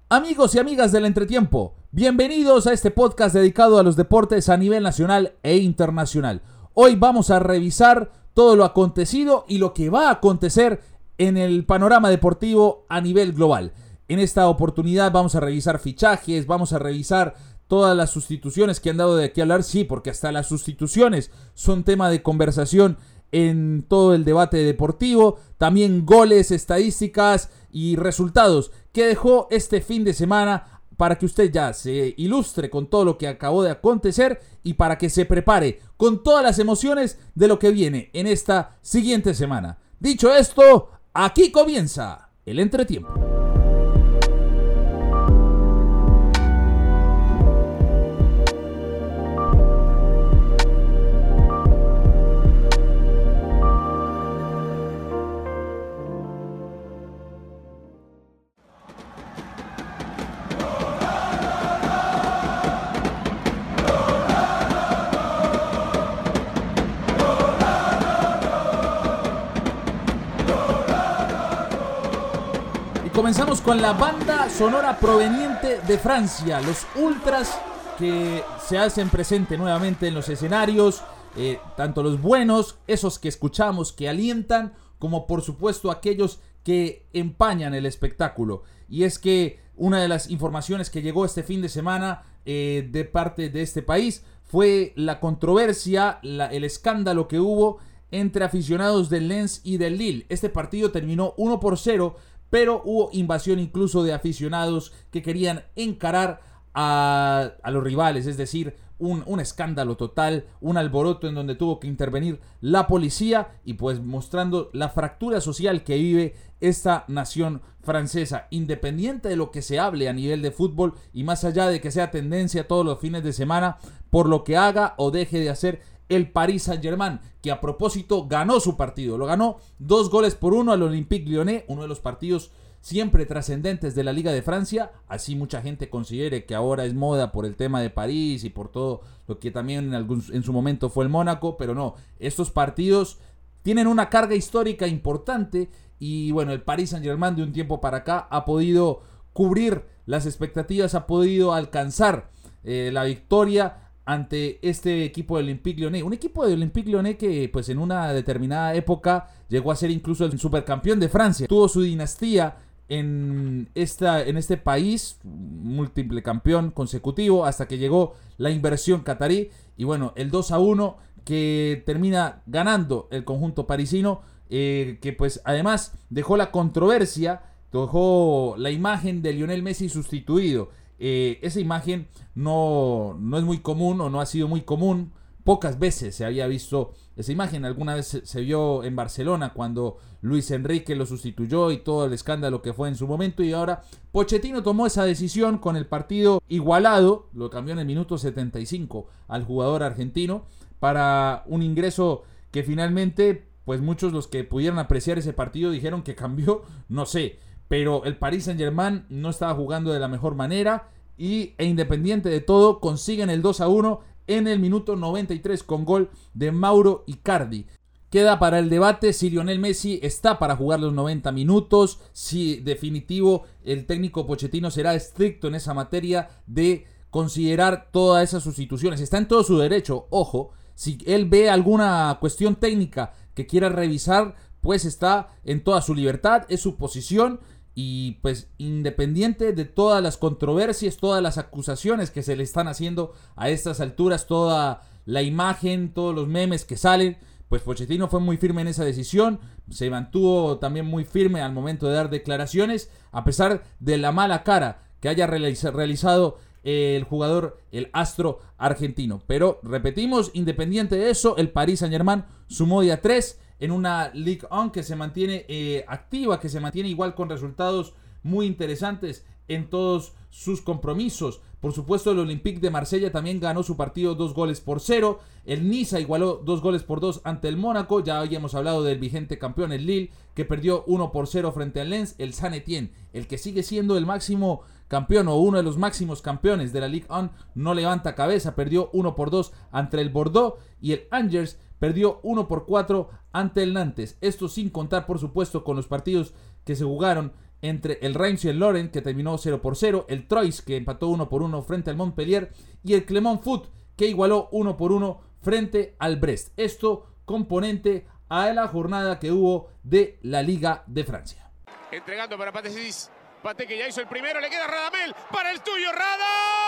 Amigos y amigas del entretiempo, bienvenidos a este podcast dedicado a los deportes a nivel nacional e internacional. Hoy vamos a revisar todo lo acontecido y lo que va a acontecer en el panorama deportivo a nivel global. En esta oportunidad vamos a revisar fichajes, vamos a revisar todas las sustituciones que han dado de qué hablar, sí, porque hasta las sustituciones son tema de conversación en todo el debate deportivo, también goles, estadísticas y resultados que dejó este fin de semana para que usted ya se ilustre con todo lo que acabó de acontecer y para que se prepare con todas las emociones de lo que viene en esta siguiente semana. Dicho esto, aquí comienza el entretiempo. Comenzamos con la banda sonora proveniente de Francia, los ultras que se hacen presente nuevamente en los escenarios, tanto los buenos, esos que escuchamos, que alientan, como por supuesto aquellos que empañan el espectáculo. Y es que una de las informaciones que llegó este fin de semana de parte de este país fue la controversia, el escándalo que hubo entre aficionados del Lens y del Lille. Este partido terminó 1-0, pero hubo invasión incluso de aficionados que querían encarar a los rivales, es decir, un escándalo total, un alboroto en donde tuvo que intervenir la policía y pues mostrando la fractura social que vive esta nación francesa, independiente de lo que se hable a nivel de fútbol y más allá de que sea tendencia todos los fines de semana por lo que haga o deje de hacer el Paris Saint-Germain, que a propósito ganó su partido, lo ganó 2-1 al Olympique Lyonnais, uno de los partidos siempre trascendentes de la Liga de Francia, así mucha gente considere que ahora es moda por el tema de París y por todo lo que también en su momento fue el Mónaco, pero no, estos partidos tienen una carga histórica importante y bueno, el Paris Saint-Germain de un tiempo para acá ha podido cubrir las expectativas, ha podido alcanzar la victoria ante este equipo de Olympique Lyonnais. Un equipo de Olympique Lyonnais que pues en una determinada época llegó a ser incluso el supercampeón de Francia. Tuvo su dinastía en este país, múltiple campeón consecutivo, hasta que llegó la inversión catarí. Y bueno, el 2-1 que termina ganando el conjunto parisino, que pues además dejó la controversia, dejó la imagen de Lionel Messi sustituido. Esa imagen no es muy común o no ha sido muy común. Pocas veces se había visto esa imagen. Alguna vez se vio en Barcelona cuando Luis Enrique lo sustituyó y todo el escándalo que fue en su momento. Y ahora Pochettino tomó esa decisión con el partido igualado. Lo cambió en el minuto 75 al jugador argentino para un ingreso que finalmente pues muchos los que pudieron apreciar ese partido dijeron que cambió, no sé. Pero el Paris Saint-Germain no estaba jugando de la mejor manera e independiente de todo consiguen el 2-1 en el minuto 93 con gol de Mauro Icardi. Queda para el debate si Lionel Messi está para jugar los 90 minutos, si definitivo el técnico Pochettino será estricto en esa materia de considerar todas esas sustituciones. Está en todo su derecho, ojo, si él ve alguna cuestión técnica que quiera revisar, pues está en toda su libertad, es su posición. Y pues independiente de todas las controversias, todas las acusaciones que se le están haciendo a estas alturas, toda la imagen, todos los memes que salen, pues Pochettino fue muy firme en esa decisión, se mantuvo también muy firme al momento de dar declaraciones, a pesar de la mala cara que haya realizado el jugador, el astro argentino. Pero repetimos, independiente de eso, el Paris Saint-Germain sumó de a 3 en una Ligue 1 que se mantiene activa, que se mantiene igual con resultados muy interesantes en todos sus compromisos. Por supuesto, el Olympique de Marsella también ganó su partido 2-0. El Niza igualó 2-2 ante el Mónaco. Ya habíamos hablado del vigente campeón, el Lille, que perdió 1-0 frente al Lens. El Saint-Étienne, el que sigue siendo el máximo campeón o uno de los máximos campeones de la Ligue 1, no levanta cabeza. Perdió 1-2 ante el Bordeaux. Y el Angers perdió 1-4 ante el Nantes. Esto sin contar, por supuesto, con los partidos que se jugaron entre el Reims y el Lorient, que terminó 0-0, el Troyes, que empató 1-1 frente al Montpellier, y el Clermont Foot, que igualó 1-1 frente al Brest. Esto componente a la jornada que hubo de la Liga de Francia. Entregando para Pathé Ciss. Pathé, que ya hizo el primero, le queda Radamel para el tuyo, Rada.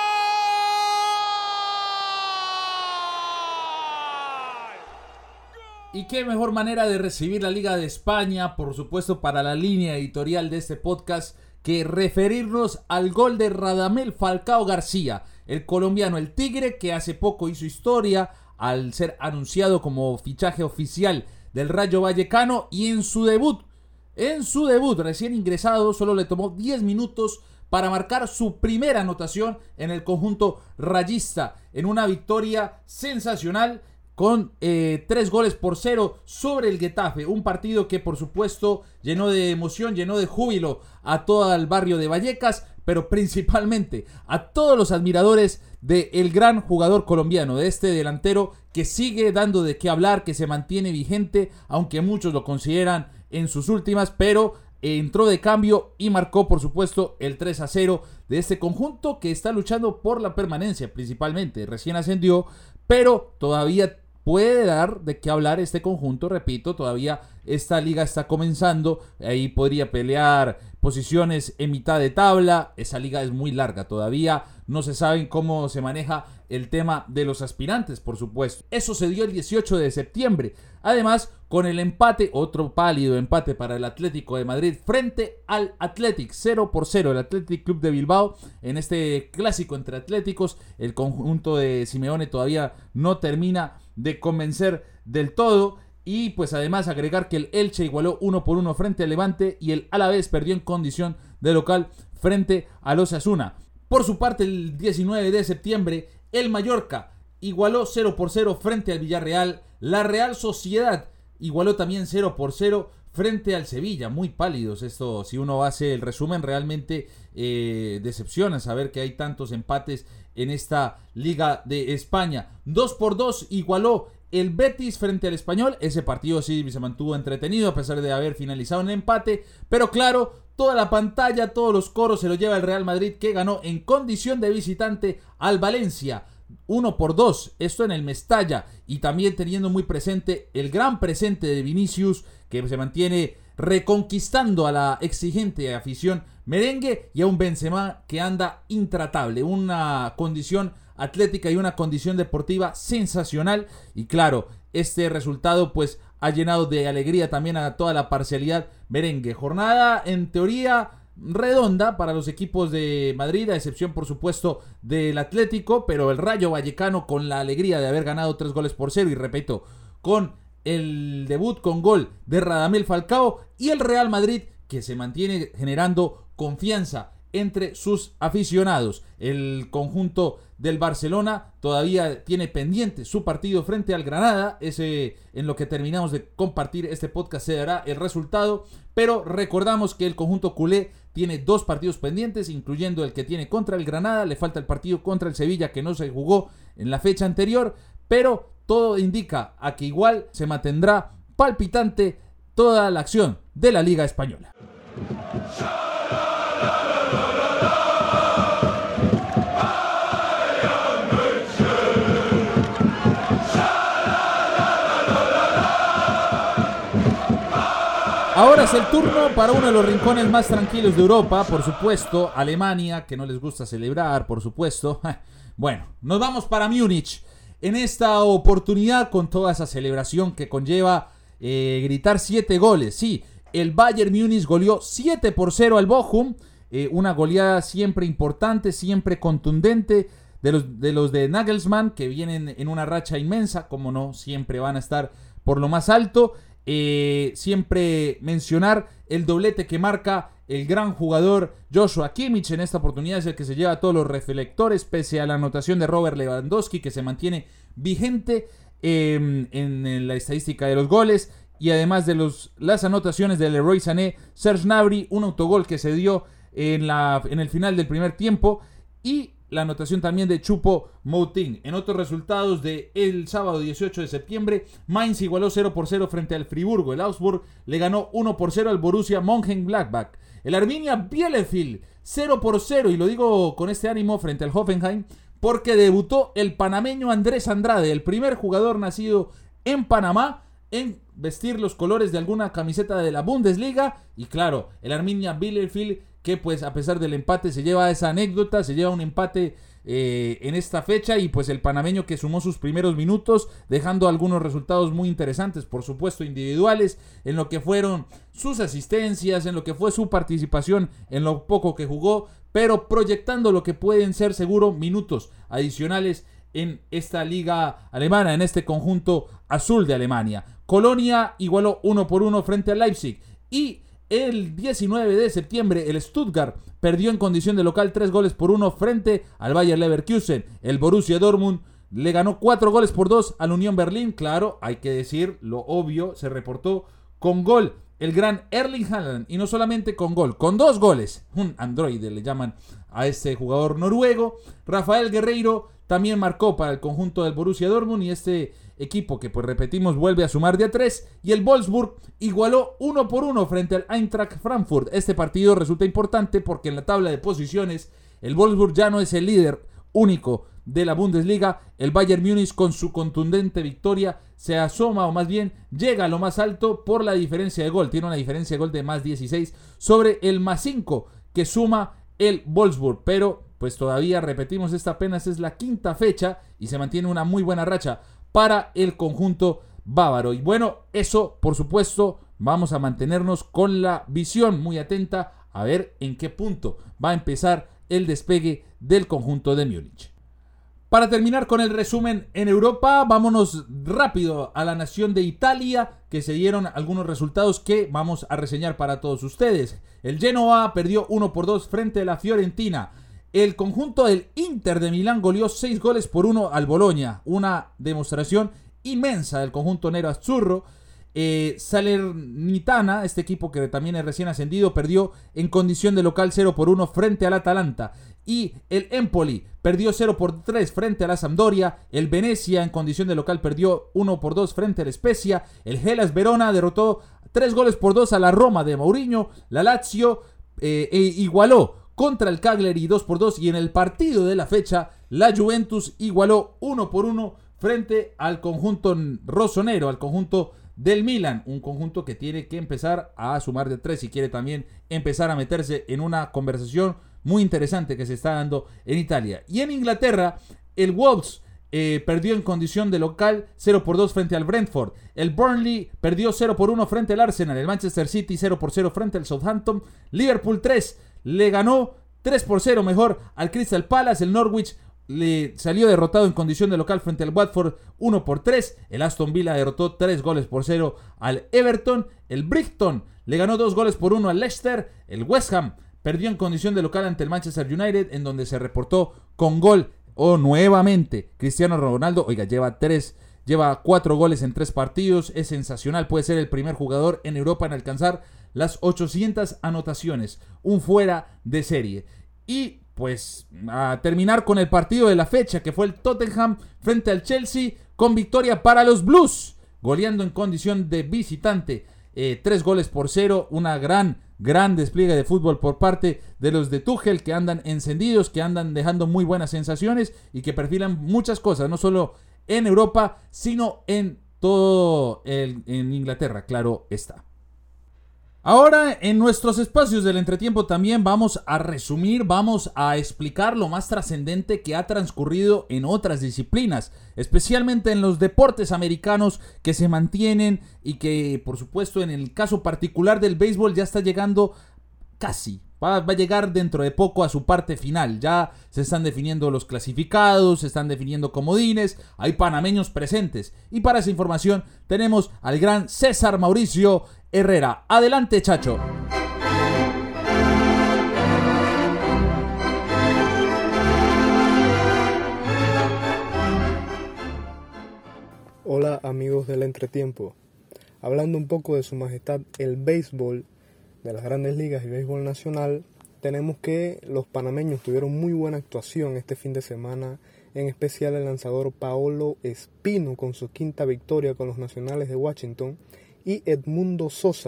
Y qué mejor manera de recibir la Liga de España, por supuesto para la línea editorial de este podcast, que referirnos al gol de Radamel Falcao García, el colombiano, el Tigre, que hace poco hizo historia al ser anunciado como fichaje oficial del Rayo Vallecano, y en su debut recién ingresado, solo le tomó 10 minutos para marcar su primera anotación en el conjunto rayista, en una victoria sensacional con 3-0 sobre el Getafe. Un partido que por supuesto llenó de emoción, llenó de júbilo a todo el barrio de Vallecas, pero principalmente a todos los admiradores del gran jugador colombiano, de este delantero que sigue dando de qué hablar, que se mantiene vigente, aunque muchos lo consideran en sus últimas, pero entró de cambio y marcó por supuesto el 3-0 de este conjunto que está luchando por la permanencia principalmente. Recién ascendió, pero todavía puede dar de qué hablar este conjunto. Repito, todavía esta liga está comenzando, ahí podría pelear posiciones en mitad de tabla. Esa liga es muy larga, todavía no se sabe cómo se maneja el tema de los aspirantes, por supuesto. Eso se dio el 18 de septiembre. Además, con el empate, otro pálido empate para el Atlético de Madrid frente al Athletic, 0-0, el Athletic Club de Bilbao. En este clásico entre atléticos, el conjunto de Simeone todavía no termina de convencer del todo. Y pues además agregar que el Elche igualó 1-1 frente al Levante y el Alavés perdió en condición de local frente al Osasuna. Por su parte, el 19 de septiembre, el Mallorca igualó 0-0 frente al Villarreal. La Real Sociedad igualó también 0-0 frente al Sevilla. Muy pálidos esto, si uno hace el resumen, realmente decepciona saber que hay tantos empates en esta Liga de España. 2-2 igualó el Betis frente al Español. Ese partido sí se mantuvo entretenido a pesar de haber finalizado en empate, pero claro, toda la pantalla, todos los coros se lo lleva el Real Madrid, que ganó en condición de visitante al Valencia 1-2, esto en el Mestalla, y también teniendo muy presente el gran presente de Vinicius, que se mantiene reconquistando a la exigente afición merengue, y a un Benzema que anda intratable, una condición atlética y una condición deportiva sensacional. Y claro, este resultado pues ha llenado de alegría también a toda la parcialidad merengue. Jornada en teoría redonda para los equipos de Madrid, a excepción por supuesto del Atlético, pero el Rayo Vallecano con la alegría de haber ganado 3-0, y repito, con el debut con gol de Radamel Falcao, y el Real Madrid que se mantiene generando confianza entre sus aficionados. El conjunto del Barcelona todavía tiene pendiente su partido frente al Granada. Ese, en lo que terminamos de compartir este podcast, se dará el resultado, pero recordamos que el conjunto culé tiene 2 partidos pendientes, incluyendo el que tiene contra el Granada. Le falta el partido contra el Sevilla, que no se jugó en la fecha anterior, pero todo indica a que igual se mantendrá palpitante toda la acción de la Liga Española. Ahora es el turno para uno de los rincones más tranquilos de Europa, por supuesto, Alemania, que no les gusta celebrar, por supuesto. Bueno, nos vamos para Múnich. En esta oportunidad, con toda esa celebración que conlleva gritar 7 goles. Sí, el Bayern Múnich goleó 7-0 al Bochum. Una goleada siempre importante, siempre contundente de los de Nagelsmann, que vienen en una racha inmensa. Como no, siempre van a estar por lo más alto. Siempre mencionar el doblete que marca el gran jugador Joshua Kimmich. En esta oportunidad es el que se lleva todos los reflectores, pese a la anotación de Robert Lewandowski, que se mantiene vigente en la estadística de los goles. Y además de las anotaciones de Leroy Sané, Serge Gnabry, un autogol que se dio en el final del primer tiempo, y la anotación también de Choupo-Moting. En otros resultados del sábado 18 de septiembre, Mainz igualó 0-0 frente al Friburgo. El Augsburg le ganó 1-0 al Borussia Mönchengladbach. El Arminia Bielefeld 0-0, y lo digo con este ánimo frente al Hoffenheim, porque debutó el panameño Andrés Andrade, el primer jugador nacido en Panamá en vestir los colores de alguna camiseta de la Bundesliga. Y claro, el Arminia Bielefeld, que pues a pesar del empate se lleva esa anécdota, se lleva un empate en esta fecha, y pues el panameño que sumó sus primeros minutos, dejando algunos resultados muy interesantes, por supuesto individuales, en lo que fueron sus asistencias, en lo que fue su participación, en lo poco que jugó, pero proyectando lo que pueden ser seguro minutos adicionales en esta liga alemana, en este conjunto azul de Alemania. Colonia igualó 1-1 frente al Leipzig, y el 19 de septiembre el Stuttgart perdió en condición de local 3-1 frente al Bayer Leverkusen. El Borussia Dortmund le ganó 4-2 al Unión Berlín. Claro, hay que decir lo obvio, se reportó con gol el gran Erling Haaland, y no solamente con gol, con 2 goles, un androide le llaman a este jugador noruego. Rafael Guerreiro también marcó para el conjunto del Borussia Dortmund, y este equipo que pues repetimos vuelve a sumar de a 3, y el Wolfsburg igualó 1-1 frente al Eintracht Frankfurt. Este partido resulta importante porque en la tabla de posiciones el Wolfsburg ya no es el líder único de la Bundesliga. El Bayern Múnich, con su contundente victoria, se asoma, o más bien llega a lo más alto por la diferencia de gol. Tiene una diferencia de gol de más 16 sobre el más 5 que suma el Wolfsburg, pero pues todavía, repetimos, esta apenas es la quinta fecha y se mantiene una muy buena racha para el conjunto bávaro. Y bueno, eso por supuesto, vamos a mantenernos con la visión muy atenta a ver en qué punto va a empezar el despegue del conjunto de Múnich. Para terminar con el resumen en Europa, vámonos rápido a la nación de Italia, que se dieron algunos resultados que vamos a reseñar para todos ustedes. El Genoa perdió 1-2 frente a la Fiorentina. El conjunto del Inter de Milán goleó 6-1 al Bologna, una demostración inmensa del conjunto nero-azzurro. Salernitana, este equipo que también es recién ascendido, perdió en condición de local 0-1 frente al Atalanta. Y el Empoli perdió 0-3 frente a la Sampdoria. El Venezia en condición de local perdió 1-2 frente al Spezia. El Hellas Verona derrotó 3-2 a la Roma de Mourinho. La Lazio igualó contra el Cagliari 2-2. Y en el partido de la fecha, la Juventus igualó 1-1 frente al conjunto rossonero, al conjunto del Milan, un conjunto que tiene que empezar a sumar de 3 si quiere también empezar a meterse en una conversación muy interesante que se está dando en Italia. Y en Inglaterra, el Wolves perdió en condición de local 0-2 frente al Brentford. El Burnley perdió 0-1 frente al Arsenal. El Manchester City 0-0 frente al Southampton. Liverpool 3 le ganó 3-0 mejor al Crystal Palace. El Norwich le salió derrotado en condición de local frente al Watford 1-3. El Aston Villa derrotó 3-0 al Everton. El Brighton le ganó 2-1 al Leicester. El West Ham perdió en condición de local ante el Manchester United, en donde se reportó con gol nuevamente Cristiano Ronaldo. Oiga, lleva 4 goles en 3 partidos. Es sensacional, puede ser el primer jugador en Europa en alcanzar las 800 anotaciones. Un fuera de serie. Y pues a terminar con el partido de la fecha, que fue el Tottenham frente al Chelsea, con victoria para los Blues, goleando en condición de visitante 3-0. Una gran despliegue de fútbol por parte de los de Tuchel, que andan encendidos, que andan dejando muy buenas sensaciones y que perfilan muchas cosas, no solo en Europa, sino en todo en Inglaterra, claro está. Ahora, en nuestros espacios del entretiempo también vamos a resumir, vamos a explicar lo más trascendente que ha transcurrido en otras disciplinas, especialmente en los deportes americanos que se mantienen y que, por supuesto, en el caso particular del béisbol ya está llegando casi. Va a llegar dentro de poco a su parte final. Ya se están definiendo los clasificados, se están definiendo comodines, hay panameños presentes. Y para esa información tenemos al gran César Mauricio Herrera. Adelante, Chacho. Hola amigos del entretiempo. Hablando un poco de su majestad el béisbol de las grandes ligas y béisbol nacional, tenemos que los panameños tuvieron muy buena actuación este fin de semana, en especial el lanzador Paolo Espino con su 5ª victoria con los Nacionales de Washington y Edmundo Sosa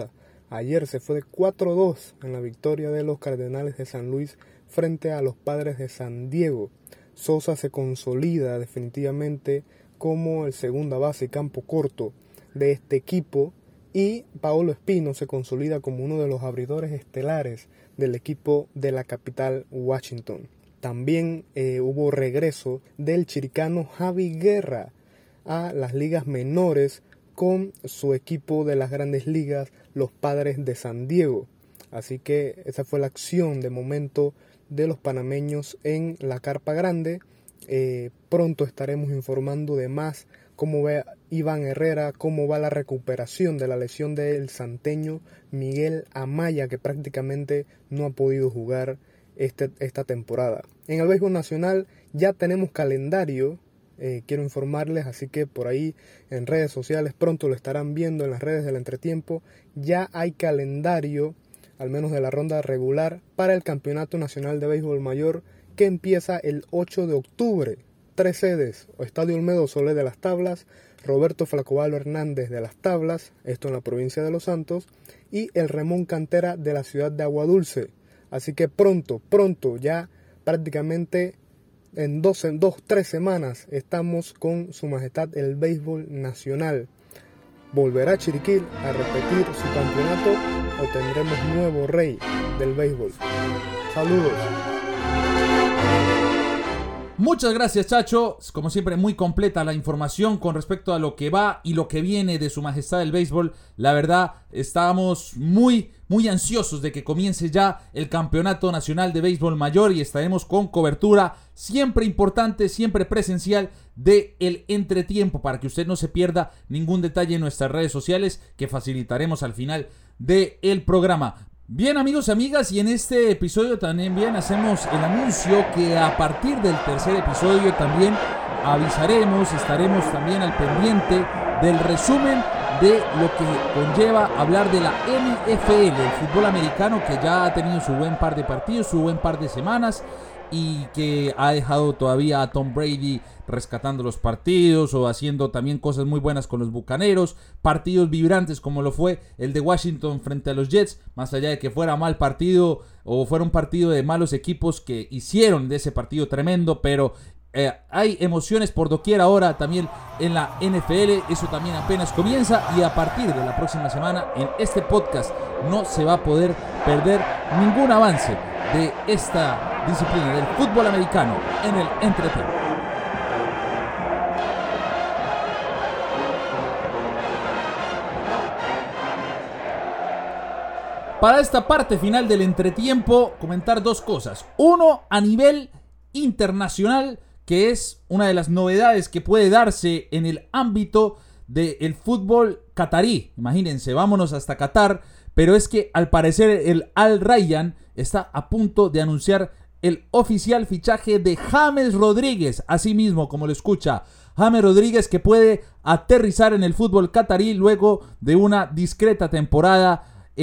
Ayer se fue de 4-2 en la victoria de los Cardenales de San Luis frente a los Padres de San Diego. Sosa se consolida definitivamente como el segunda base y campo corto de este equipo, y Paolo Espino se consolida como uno de los abridores estelares del equipo de la capital Washington. También hubo regreso del chiricano Javi Guerra a las ligas menores con su equipo de las grandes ligas, los Padres de San Diego. Así que esa fue la acción de momento de los panameños en la Carpa Grande. Pronto estaremos informando de más, cómo va Iván Herrera, cómo va la recuperación de la lesión del santeño Miguel Amaya, que prácticamente no ha podido jugar esta temporada. En el béisbol nacional ya tenemos calendario, quiero informarles, así que por ahí en redes sociales pronto lo estarán viendo en las redes del Entretiempo. Ya hay calendario, al menos de la ronda regular, para el Campeonato Nacional de Béisbol Mayor, que empieza el 8 de octubre. 3 sedes: Estadio Olmedo Solé de Las Tablas, Roberto Flacovalo Hernández de Las Tablas, esto en la provincia de Los Santos, y el Ramón Cantera de la ciudad de Aguadulce. Así que pronto, ya prácticamente en 3 semanas estamos con Su Majestad el Béisbol Nacional. ¿Volverá Chiriquí a repetir su campeonato o tendremos nuevo rey del béisbol? Saludos. Muchas gracias, Chacho. Como siempre, muy completa la información con respecto a lo que va y lo que viene de Su Majestad el Béisbol. La verdad, estamos muy ansiosos de que comience ya el Campeonato Nacional de Béisbol Mayor, y estaremos con cobertura siempre importante, siempre presencial de el Entretiempo, para que usted no se pierda ningún detalle en nuestras redes sociales, que facilitaremos al final del programa. Bien, amigos y amigas, y en este episodio también hacemos el anuncio que a partir del tercer episodio también avisaremos, estaremos también al pendiente del resumen de lo que conlleva hablar de la NFL, el fútbol americano, que ya ha tenido su buen par de partidos, su buen par de semanas, y que ha dejado todavía a Tom Brady rescatando los partidos o haciendo también cosas muy buenas con los Bucaneros, partidos vibrantes como lo fue el de Washington frente a los Jets, más allá de que fuera mal partido o fuera un partido de malos equipos que hicieron de ese partido tremendo, pero hay emociones por doquier ahora también en la NFL. Eso también apenas comienza, y a partir de la próxima semana en este podcast no se va a poder perder ningún avance de esta disciplina del fútbol americano en el Entretiempo. Para esta parte final del Entretiempo, comentar 2 cosas. Uno, a nivel internacional, que es una de las novedades que puede darse en el ámbito del fútbol catarí. Imagínense, vámonos hasta Qatar, pero es que al parecer el Al Rayyan está a punto de anunciar el oficial fichaje de James Rodríguez, así mismo como lo escucha. James Rodríguez, que puede aterrizar en el fútbol catarí luego de una discreta temporada,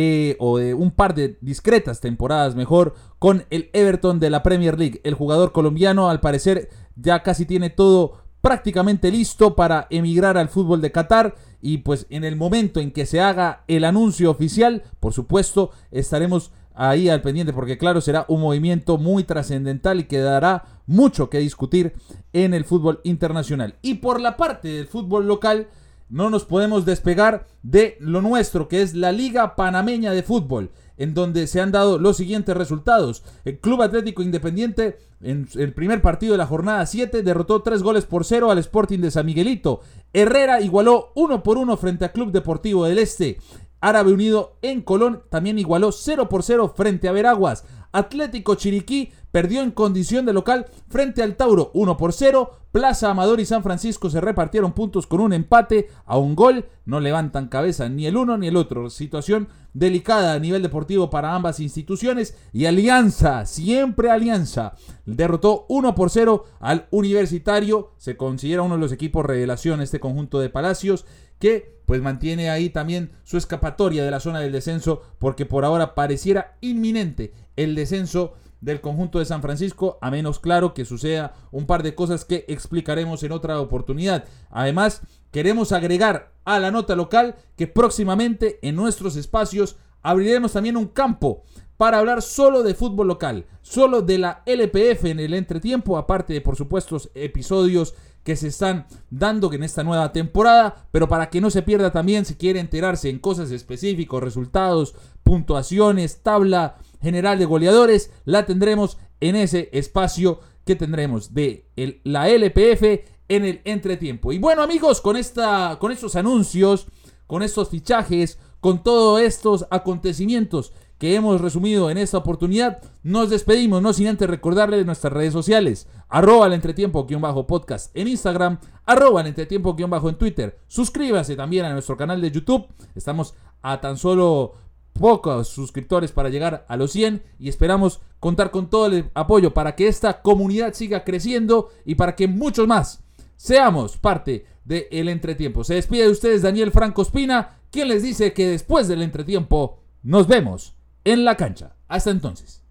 o de un par de discretas temporadas mejor, con el Everton de la Premier League. El jugador colombiano al parecer ya casi tiene todo prácticamente listo para emigrar al fútbol de Qatar, y pues en el momento en que se haga el anuncio oficial, por supuesto estaremos ahí al pendiente, porque claro, será un movimiento muy trascendental y que dará mucho que discutir en el fútbol internacional. Y por la parte del fútbol local, no nos podemos despegar de lo nuestro, que es la Liga Panameña de Fútbol, en donde se han dado los siguientes resultados. El Club Atlético Independiente, en el primer partido de la jornada 7, derrotó 3-0 al Sporting de San Miguelito. Herrera igualó 1-1 frente a Club Deportivo del Este. Árabe Unido en Colón también igualó 0-0 frente a Veraguas. Atlético Chiriquí perdió en condición de local frente al Tauro 1-0. Plaza Amador y San Francisco se repartieron puntos con un empate a un gol. No levantan cabeza ni el uno ni el otro. Situación delicada a nivel deportivo para ambas instituciones. Y Alianza, siempre Alianza, derrotó 1-0 al Universitario. Se considera uno de los equipos revelación este conjunto de Palacios, que pues mantiene ahí también su escapatoria de la zona del descenso, porque por ahora pareciera inminente el descenso del conjunto de San Francisco, a menos claro que suceda un par de cosas que explicaremos en otra oportunidad. Además, queremos agregar a la nota local que próximamente en nuestros espacios abriremos también un campo para hablar solo de fútbol local, solo de la LPF en el entretiempo, aparte de, por supuesto, episodios que se están dando en esta nueva temporada, pero para que no se pierda también, si quiere enterarse en cosas específicas, resultados, puntuaciones, tabla general de goleadores, la tendremos en ese espacio que tendremos de la LPF en el entretiempo. Y bueno, amigos, con estos anuncios, con estos fichajes, con todos estos acontecimientos que hemos resumido en esta oportunidad, nos despedimos, no sin antes recordarles nuestras redes sociales, @elentretiempo_podcast en Instagram, @elentretiempo_ en Twitter. Suscríbase también a nuestro canal de YouTube, estamos a tan solo pocos suscriptores para llegar a los 100 y esperamos contar con todo el apoyo para que esta comunidad siga creciendo y para que muchos más seamos parte del entretiempo. Se despide de ustedes Daniel Franco Espina, quien les dice que después del entretiempo nos vemos en la cancha. Hasta entonces.